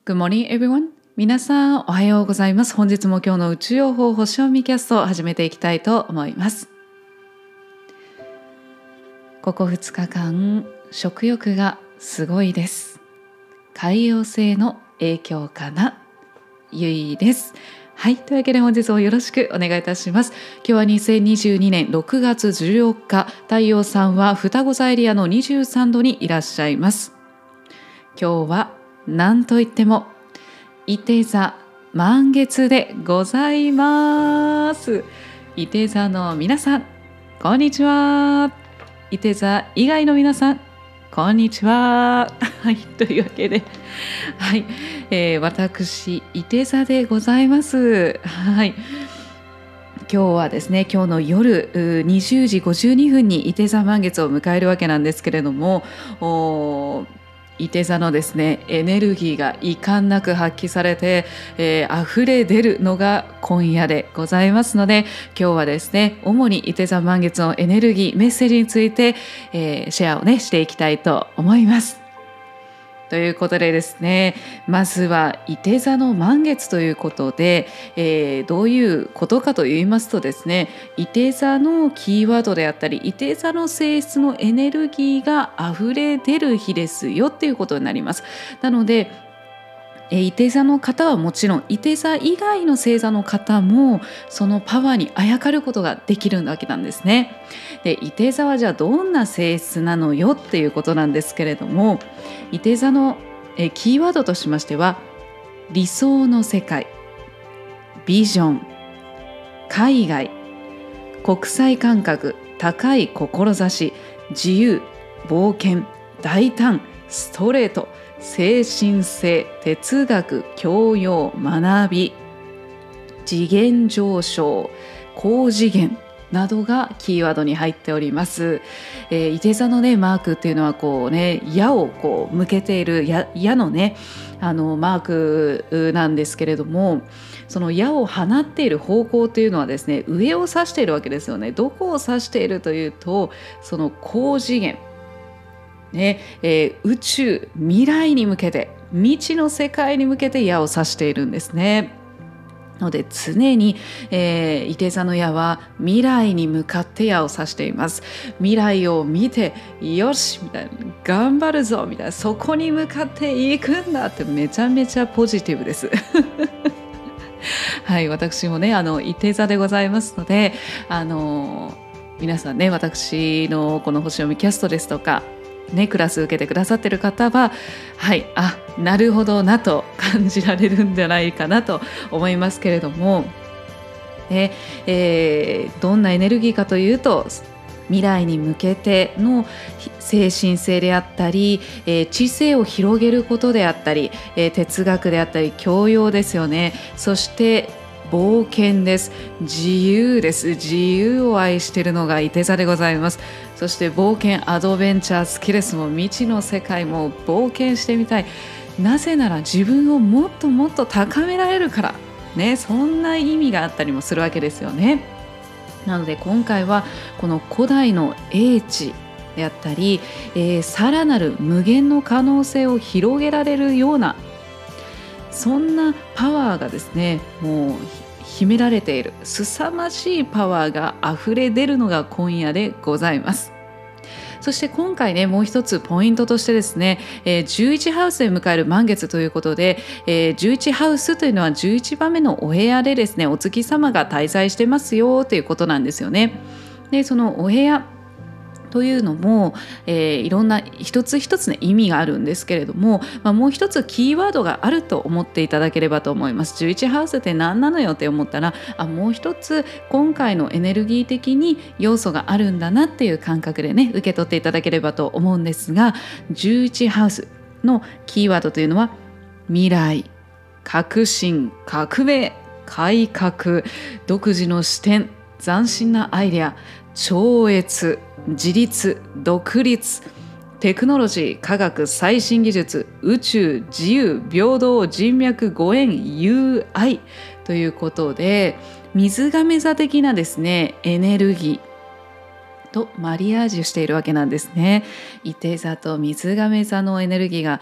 Good morning, everyone. 皆さん、おはようございます。本日も今日の宇宙予報星読みキャストを始めていきたいと思います。ここ2日間、食欲がすごいです。海洋性の影響かな。ゆいです。はい、というわけで本日もよろしくお願いいたします。今日は2022年6月14日、太陽さんは双子座エリアの23度にいらっしゃいます。今日は何といってもいて座満月でございます。いて座の皆さん、こんにちは。いて座以外の皆さん、こんにちは。はい、というわけで、はい、私いて座でございます。はい。今日はですね、今日の夜20時52分にいて座満月を迎えるわけなんですけれども、いて座のですねエネルギーが遺憾なく発揮されて、溢れ出るのが今夜でございますので、今日はですね主にいて座満月のエネルギーメッセージについて、シェアをねしていきたいと思います。ということでですね、まずはいて座の満月ということで、どういうことかと言いますとですね、いて座のキーワードであったり、いて座の性質のエネルギーがあふれ出る日ですよっていうことになります。なのでいて座の方はもちろん、いて座以外の星座の方もそのパワーにあやかることができるわけなんですね。で、いて座はじゃあどんな性質なのよっていうことなんですけれども、いて座のキーワードとしましては、理想の世界、ビジョン、海外、国際感覚、高い志、自由、冒険、大胆、ストレート、精神性、哲学、教養、学び、次元上昇、高次元などがキーワードに入っております。いて座のねマークっていうのはこうね、矢をこう向けている矢のねマークなんですけれども、その矢を放っている方向というのはですね、上を指しているわけですよね。どこを指しているというと、その高次元ね、宇宙、未来に向けて、未知の世界に向けて矢を指しているんですね。ので常に、いて座の矢は未来に向かって矢を指しています。未来を見て、よしみたいな、頑張るぞみたいな、そこに向かっていくんだって、めちゃめちゃポジティブですはい、私もねいて座でございますので、皆さんね、私のこの星読みキャストですとかね、クラス受けてくださっている方は、はい、なるほどなと感じられるんじゃないかなと思いますけれども、どんなエネルギーかというと、未来に向けての精神性であったり、知性を広げることであったり、哲学であったり、教養ですよね。そして冒険です。自由です。自由を愛しているのがいて座でございます。そして冒険、アドベンチャー好きです。もう未知の世界も冒険してみたい。なぜなら自分をもっともっと高められるからね、そんな意味があったりもするわけですよね。なので今回はこの古代の英知であったり、さらなる無限の可能性を広げられるような、そんなパワーがですね、もう秘められている凄まじいパワーがあふれ出るのが今夜でございます。そして今回ね、もう一つポイントとしてですね、11ハウスで迎える満月ということで、11ハウスというのは11番目のお部屋でですね、お月様が滞在してますよということなんですよね。で、そのお部屋というのも、いろんな一つ一つの意味があるんですけれども、もう一つキーワードがあると思っていただければと思います。11ハウスって何なのよって思ったら、もう一つ今回のエネルギー的に要素があるんだなっていう感覚でね、受け取っていただければと思うんですが、11ハウスのキーワードというのは未来、革新、革命、改革、独自の視点、斬新なアイデア、超越、自立、独立、テクノロジー、科学、最新技術、宇宙、自由、平等、人脈、ご縁、友愛ということで、水亀座的なですねエネルギーとマリアージュしているわけなんですね。いて座と水亀座のエネルギーが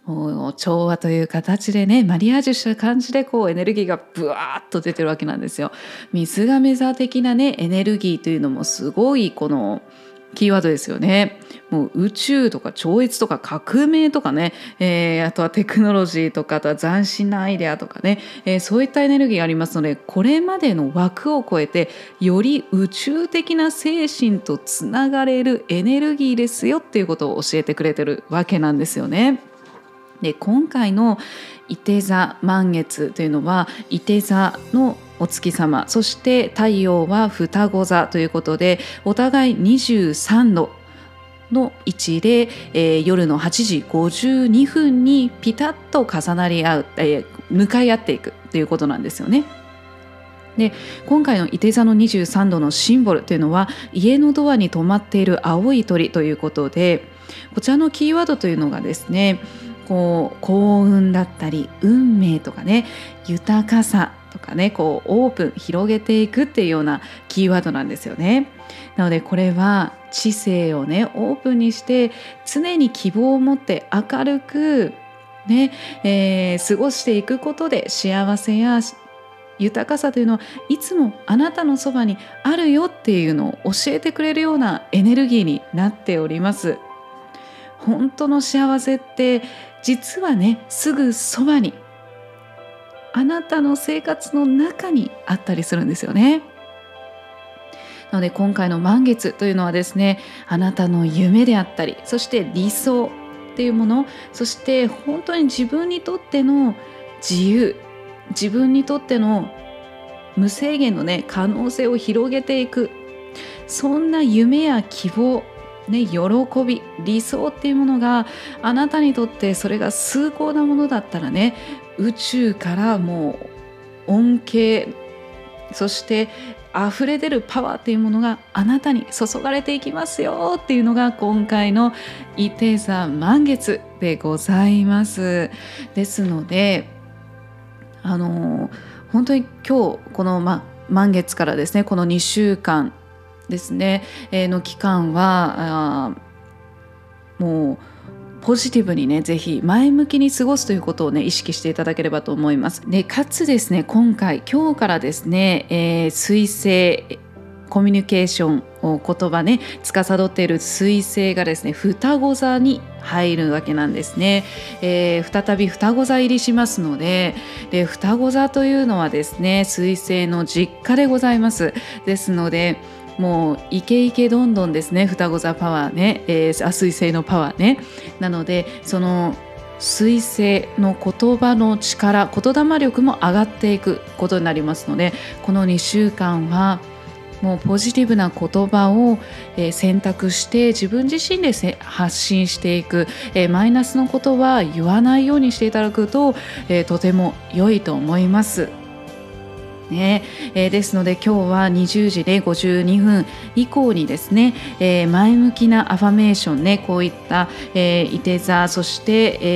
もう調和という形でね、マリアージュした感じでこうエネルギーがブワーッと出てるわけなんですよ。水亀座的なねエネルギーというのもすごいこのキーワードですよね。もう宇宙とか超越とか革命とかね、あとはテクノロジーとか、あとは斬新なアイデアとかね、そういったエネルギーがありますので、これまでの枠を超えてより宇宙的な精神とつながれるエネルギーですよっていうことを教えてくれてるわけなんですよね。で、今回の射手座満月というのは射手座のお月様、そして太陽は双子座ということで、お互い23度の位置で、夜の8時52分にピタッと重なり合う、向かい合っていくということなんですよね。で、今回の射手座の23度のシンボルというのは家のドアに止まっている青い鳥ということで、こちらのキーワードというのがですね、こう幸運だったり運命とかね、豊かさとかね、こうオープン広げていくっていうようなキーワードなんですよね。なのでこれは知性をねオープンにして常に希望を持って明るくね、過ごしていくことで幸せや豊かさというのはいつもあなたのそばにあるよっていうのを教えてくれるようなエネルギーになっております。本当の幸せって実はね、すぐそばに、あなたの生活の中にあったりするんですよね。なので今回の満月というのはですね、あなたの夢であったり、そして理想っていうもの、そして本当に自分にとっての自由、自分にとっての無制限のね可能性を広げていく、そんな夢や希望ね、喜び、理想っていうものがあなたにとってそれが崇高なものだったらね、宇宙からもう恩恵、そして溢れ出るパワーっていうものがあなたに注がれていきますよっていうのが今回の射手座満月でございます。ですので本当に今日この、満月からですね、この2週間ですね、の期間はもうポジティブにね、ぜひ前向きに過ごすということをね意識していただければと思います。でかつですね、今日からですね、水星コミュニケーションを言葉ね司っている水星がですね双子座に入るわけなんですね。再び双子座入りしますので、双子座というのはですね水星の実家でございます。ですのでもうイケイケどんどんですね、双子座パワーね、水星のパワーね。なのでその水星の言葉の力、言霊力も上がっていくことになりますので、この2週間はもうポジティブな言葉を選択して自分自身で発信していく、マイナスのことは言わないようにしていただくと、とても良いと思いますね。ですので今日は20時で52分以降にですね、前向きなアファメーションね、こういった、射手座、そして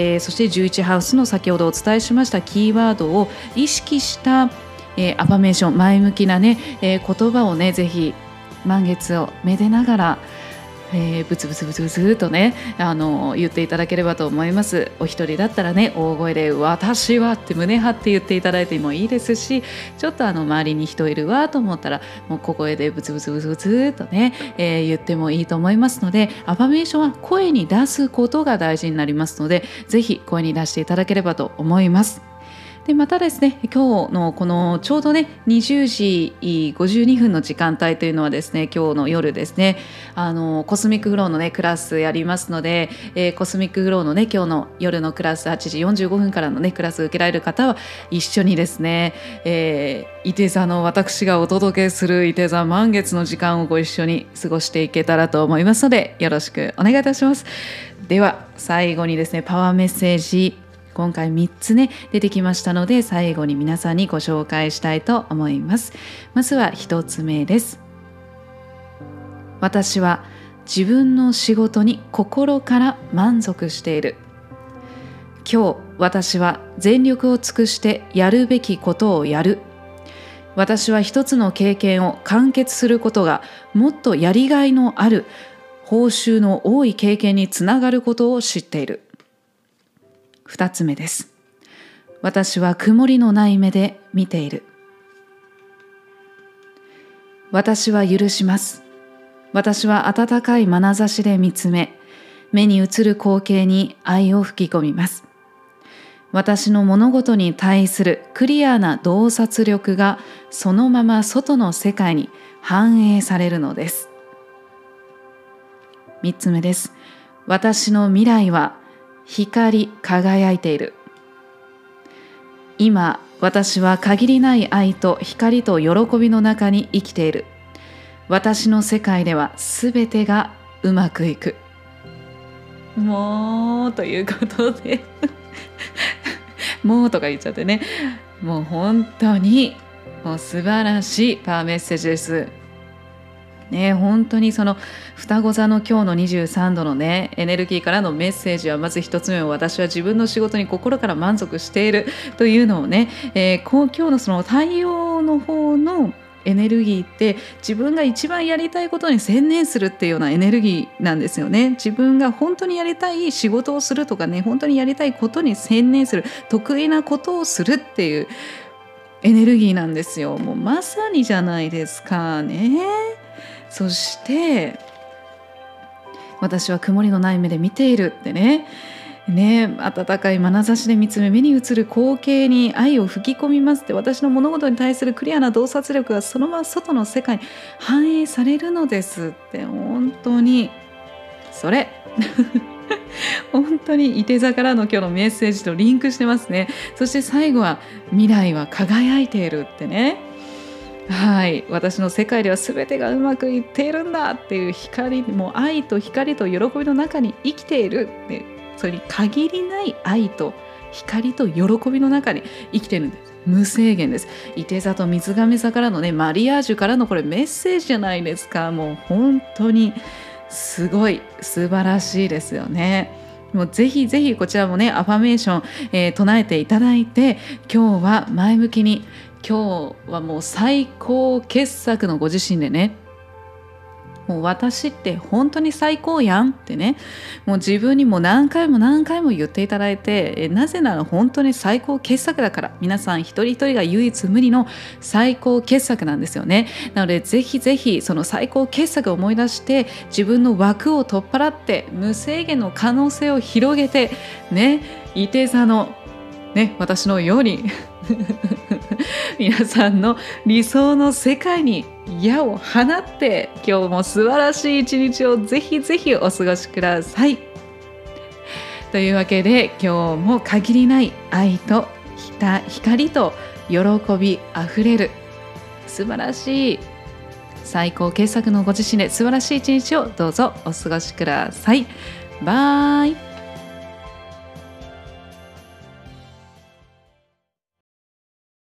、11ハウスの先ほどお伝えしましたキーワードを意識したアファメーション、前向きなね、言葉をねぜひ満月をめでながら、ブツブツブツブツとね言っていただければと思います。お一人だったらね大声で私はって胸張って言っていただいてもいいですし、ちょっと周りに人いるわと思ったらもう小声でブツブツブツブツとね、言ってもいいと思いますので、アファメーションは声に出すことが大事になりますので、ぜひ声に出していただければと思います。でまたですね、今日のこのちょうどね20時52分の時間帯というのはですね、今日の夜ですねコスミックフローのねクラスやりますので、コスミックフローのね今日の夜のクラス8時45分からのねクラス受けられる方は一緒にですね、射手座の私がお届けする射手座満月の時間をご一緒に過ごしていけたらと思いますので、よろしくお願いいたします。では最後にですね、パワーメッセージ今回3つね出てきましたので、最後に皆さんにご紹介したいと思います。まずは1つ目です。私は自分の仕事に心から満足している。今日私は全力を尽くしてやるべきことをやる。私は一つの経験を完結することがもっとやりがいのある報酬の多い経験につながることを知っている。 2つ目です。私は曇りのない目で見ている。私は許します。私は温かい眼差しで見つめ、目に映る光景に愛を吹き込みます。私の物事に対するクリアな洞察力がそのまま外の世界に反映されるのです。3つ目です。私の未来は光り輝いている。今、私は限りない愛と光と喜びの中に生きている。私の世界ではすべてがうまくいく。もうということでもうとか言っちゃってね、もう本当にもう素晴らしいパワーメッセージですね。本当にその双子座の今日の23度のねエネルギーからのメッセージは、まず一つ目は私は自分の仕事に心から満足しているというのをね、今日のその太陽の方のエネルギーって自分が一番やりたいことに専念するっていうようなエネルギーなんですよね。自分が本当にやりたい仕事をするとかね、本当にやりたいことに専念する、得意なことをするっていうエネルギーなんですよ。もうまさにじゃないですかね。そして私は曇りのない目で見ているってね、温かい眼差しで見つめ、目に映る光景に愛を吹き込みますって、私の物事に対するクリアな洞察力がそのまま外の世界に反映されるのですって、本当にそれ本当にいて座からの今日のメッセージとリンクしてますね。そして最後は未来は輝いているってね、はい、私の世界では全てがうまくいっているんだっていう光、もう愛と光と喜びの中に生きているって、それに限りない愛と光と喜びの中に生きているんです。無制限です。いて座と水亀座からのねマリアージュからのこれメッセージじゃないですか。もう本当にすごい素晴らしいですよね。もうぜひぜひこちらもねアファメーション、唱えていただいて、今日は前向きに、今日はもう最高傑作のご自身でね、もう私って本当に最高やんってね、もう自分にも何回も何回も言っていただいて、なぜなら本当に最高傑作だから、皆さん一人一人が唯一無二の最高傑作なんですよね。なのでぜひぜひその最高傑作を思い出して、自分の枠を取っ払って無制限の可能性を広げてね、いて座のね私のように皆さんの理想の世界に矢を放って、今日も素晴らしい一日をぜひぜひお過ごしください。というわけで今日も限りない愛と光と喜びあふれる素晴らしい最高傑作のご自身で素晴らしい一日をどうぞお過ごしください。バイ。